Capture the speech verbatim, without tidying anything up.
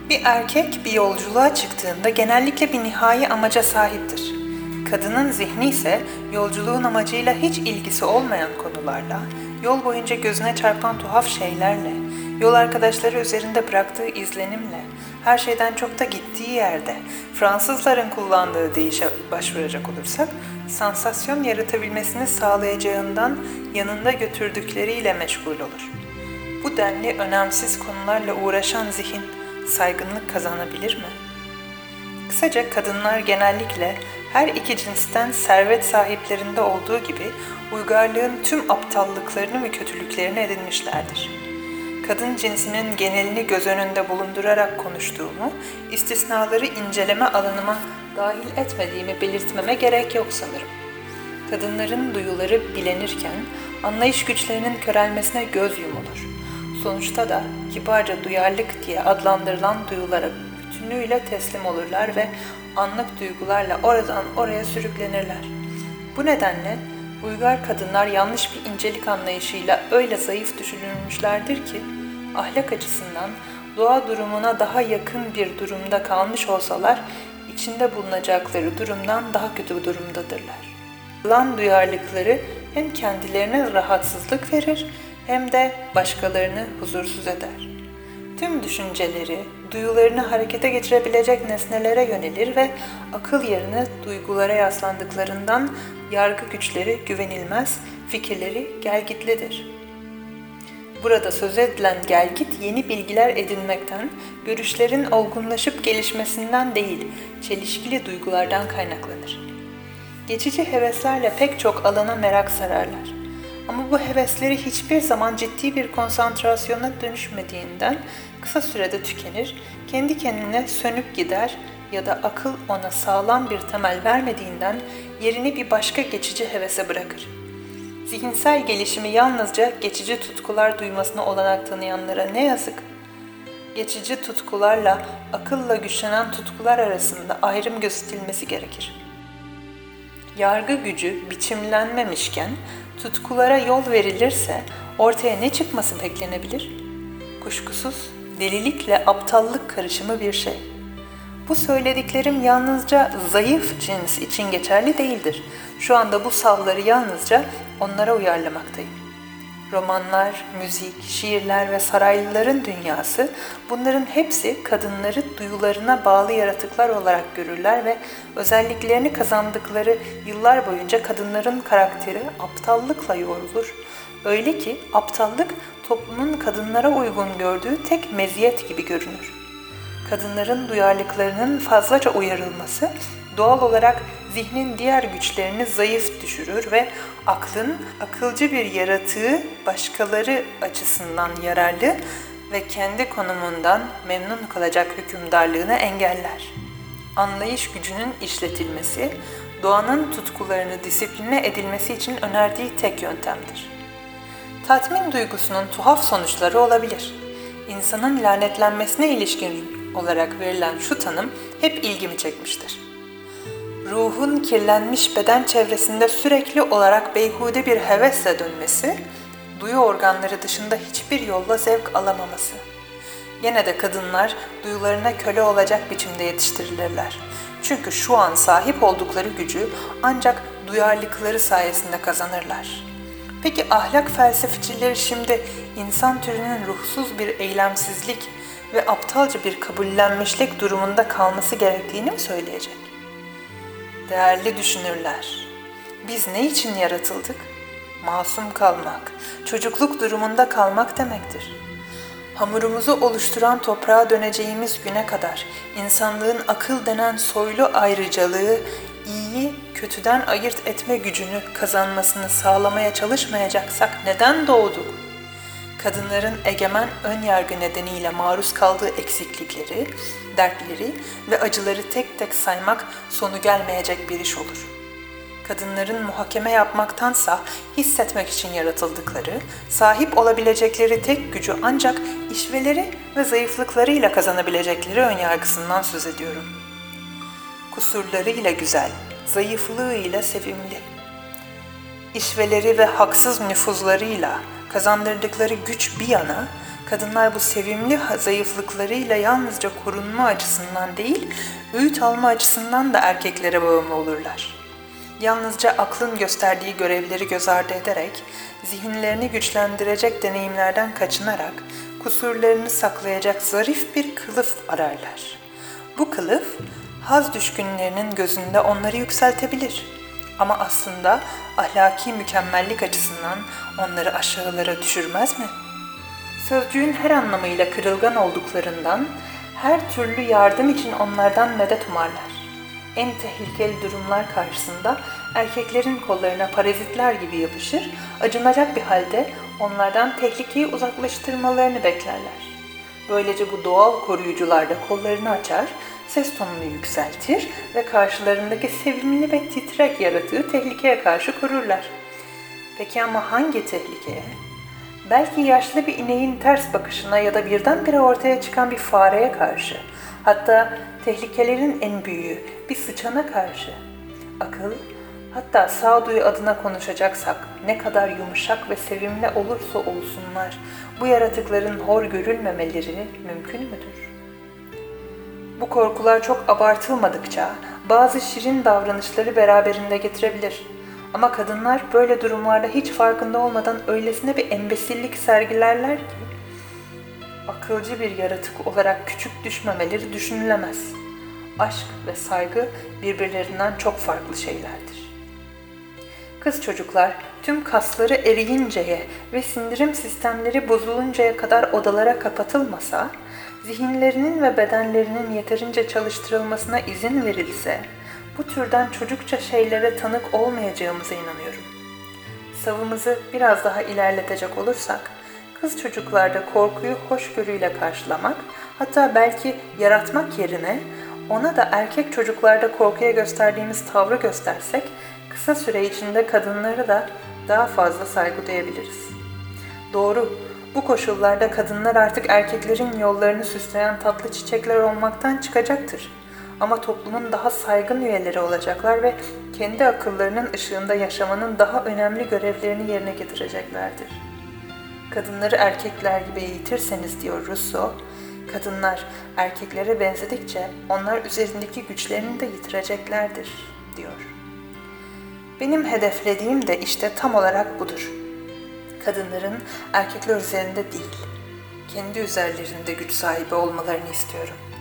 Bir erkek bir yolculuğa çıktığında genellikle bir nihai amaca sahiptir. Kadının zihni ise yolculuğun amacıyla hiç ilgisi olmayan konularla, yol boyunca gözüne çarpan tuhaf şeylerle, yol arkadaşları üzerinde bıraktığı izlenimle, her şeyden çok da gittiği yerde, Fransızların kullandığı deyişe başvuracak olursak, sansasyon yaratabilmesini sağlayacağından yanında götürdükleriyle meşgul olur. Bu denli önemsiz konularla uğraşan zihin, saygınlık kazanabilir mi? Kısaca kadınlar genellikle her iki cinsten servet sahiplerinde olduğu gibi uygarlığın tüm aptallıklarını ve kötülüklerini edinmişlerdir. Kadın cinsinin genelini göz önünde bulundurarak konuştuğumu, istisnaları inceleme alanıma dahil etmediğimi belirtmeme gerek yok sanırım. Kadınların duyuları bilenirken anlayış güçlerinin körelmesine göz yumulur. Sonuçta da kibarca duyarlılık diye adlandırılan duyulara bütünüyle teslim olurlar ve anlık duygularla oradan oraya sürüklenirler. Bu nedenle uygar kadınlar yanlış bir incelik anlayışıyla öyle zayıf düşürülmüşlerdir ki, ahlak açısından doğa durumuna daha yakın bir durumda kalmış olsalar, içinde bulunacakları durumdan daha kötü durumdadırlar. Lan duyarlılıkları hem kendilerine rahatsızlık verir hem de başkalarını huzursuz eder. Tüm düşünceleri, duyularını harekete geçirebilecek nesnelere yönelir ve akıl yerine duygulara yaslandıklarından yargı güçleri güvenilmez, fikirleri gelgitlidir. Burada söz edilen gelgit yeni bilgiler edinmekten, görüşlerin olgunlaşıp gelişmesinden değil, çelişkili duygulardan kaynaklanır. Geçici heveslerle pek çok alana merak sararlar. Ama bu hevesleri hiçbir zaman ciddi bir konsantrasyona dönüşmediğinden kısa sürede tükenir, kendi kendine sönüp gider ya da akıl ona sağlam bir temel vermediğinden yerini bir başka geçici hevese bırakır. Zihinsel gelişimi yalnızca geçici tutkular duymasına olanak tanıyanlara ne yazık. Geçici tutkularla akılla güçlenen tutkular arasında ayrım gözetilmesi gerekir. Yargı gücü biçimlenmemişken tutkulara yol verilirse ortaya ne çıkması beklenebilir? Kuşkusuz delilikle aptallık karışımı bir şey. Bu söylediklerim yalnızca zayıf cins için geçerli değildir. Şu anda bu savları yalnızca onlara uyarlamaktayım. Romanlar, müzik, şiirler ve saraylıların dünyası, bunların hepsi kadınları duyularına bağlı yaratıklar olarak görürler ve özelliklerini kazandıkları yıllar boyunca kadınların karakteri aptallıkla yoğrulur. Öyle ki aptallık toplumun kadınlara uygun gördüğü tek meziyet gibi görünür. Kadınların duyarlılıklarının fazlaca uyarılması doğal olarak zihnin diğer güçlerini zayıf düşürür ve aklın akılcı bir yaratığı başkaları açısından yararlı ve kendi konumundan memnun kalacak hükümdarlığını engeller. Anlayış gücünün işletilmesi, doğanın tutkularını disipline edilmesi için önerdiği tek yöntemdir. Tatmin duygusunun tuhaf sonuçları olabilir. İnsanın lanetlenmesine ilişkin olarak verilen şu tanım hep ilgimi çekmiştir. Ruhun kirlenmiş beden çevresinde sürekli olarak beyhude bir hevesle dönmesi, duyu organları dışında hiçbir yolla zevk alamaması. Gene de kadınlar duyularına köle olacak biçimde yetiştirilirler. Çünkü şu an sahip oldukları gücü ancak duyarlılıkları sayesinde kazanırlar. Peki ahlak felsefecileri şimdi insan türünün ruhsuz bir eylemsizlik ve aptalca bir kabullenmişlik durumunda kalması gerektiğini mi söyleyecek? Değerli düşünürler, biz ne için yaratıldık? Masum kalmak, çocukluk durumunda kalmak demektir. Hamurumuzu oluşturan toprağa döneceğimiz güne kadar insanlığın akıl denen soylu ayrıcalığı, iyiyi kötüden ayırt etme gücünü kazanmasını sağlamaya çalışmayacaksak neden doğduk? Kadınların egemen ön yargı nedeniyle maruz kaldığı eksiklikleri, dertleri ve acıları tek tek saymak sonu gelmeyecek bir iş olur. Kadınların muhakeme yapmaktansa hissetmek için yaratıldıkları, sahip olabilecekleri tek gücü ancak işveleri ve zayıflıklarıyla kazanabilecekleri önyargısından söz ediyorum. Kusurlarıyla güzel, zayıflığıyla sevimli. İşveleri ve haksız nüfuzlarıyla kazandırdıkları güç bir yana, Kadınlar bu sevimli zayıflıklarıyla yalnızca korunma açısından değil, öğüt alma açısından da erkeklere bağımlı olurlar. Yalnızca aklın gösterdiği görevleri göz ardı ederek, zihinlerini güçlendirecek deneyimlerden kaçınarak, kusurlarını saklayacak zarif bir kılıf ararlar. Bu kılıf, haz düşkünlerinin gözünde onları yükseltebilir. Ama aslında ahlaki mükemmellik açısından onları aşağılara düşürmez mi? Sözcüğün her anlamıyla kırılgan olduklarından her türlü yardım için onlardan medet umarlar. En tehlikeli durumlar karşısında erkeklerin kollarına parazitler gibi yapışır, acınacak bir halde onlardan tehlikeyi uzaklaştırmalarını beklerler. Böylece bu doğal koruyucular da kollarını açar, ses tonunu yükseltir ve karşılarındaki sevimli ve titrek yaratığı tehlikeye karşı korurlar. Peki ama hangi tehlikeye? Belki yaşlı bir ineğin ters bakışına ya da birdenbire ortaya çıkan bir fareye karşı, hatta tehlikelerin en büyüğü bir sıçana karşı. Akıl, hatta sağduyu adına konuşacaksak ne kadar yumuşak ve sevimli olursa olsunlar, bu yaratıkların hor görülmemeleri mümkün müdür? Bu korkular çok abartılmadıkça bazı şirin davranışları beraberinde getirebilir. Ama kadınlar böyle durumlarda hiç farkında olmadan öylesine bir embesillik sergilerler ki, akılcı bir yaratık olarak küçük düşmemeleri düşünülemez. Aşk ve saygı birbirlerinden çok farklı şeylerdir. Kız çocuklar tüm kasları eriyinceye ve sindirim sistemleri bozuluncaya kadar odalara kapatılmasa, zihinlerinin ve bedenlerinin yeterince çalıştırılmasına izin verilse, bu türden çocukça şeylere tanık olmayacağımıza inanıyorum. Savımızı biraz daha ilerletecek olursak, kız çocuklarda korkuyu hoşgörüyle karşılamak, hatta belki yaratmak yerine ona da erkek çocuklarda korkuya gösterdiğimiz tavrı göstersek, kısa süre içinde kadınlara da daha fazla saygı duyabiliriz. Doğru, bu koşullarda kadınlar artık erkeklerin yollarını süsleyen tatlı çiçekler olmaktan çıkacaktır. Ama toplumun daha saygın üyeleri olacaklar ve kendi akıllarının ışığında yaşamanın daha önemli görevlerini yerine getireceklerdir. Kadınları erkekler gibi eğitirseniz diyor Rousseau, kadınlar erkeklere benzedikçe onlar üzerindeki güçlerini de yitireceklerdir diyor. Benim hedeflediğim de işte tam olarak budur. Kadınların erkekler üzerinde değil, kendi üzerlerinde güç sahibi olmalarını istiyorum.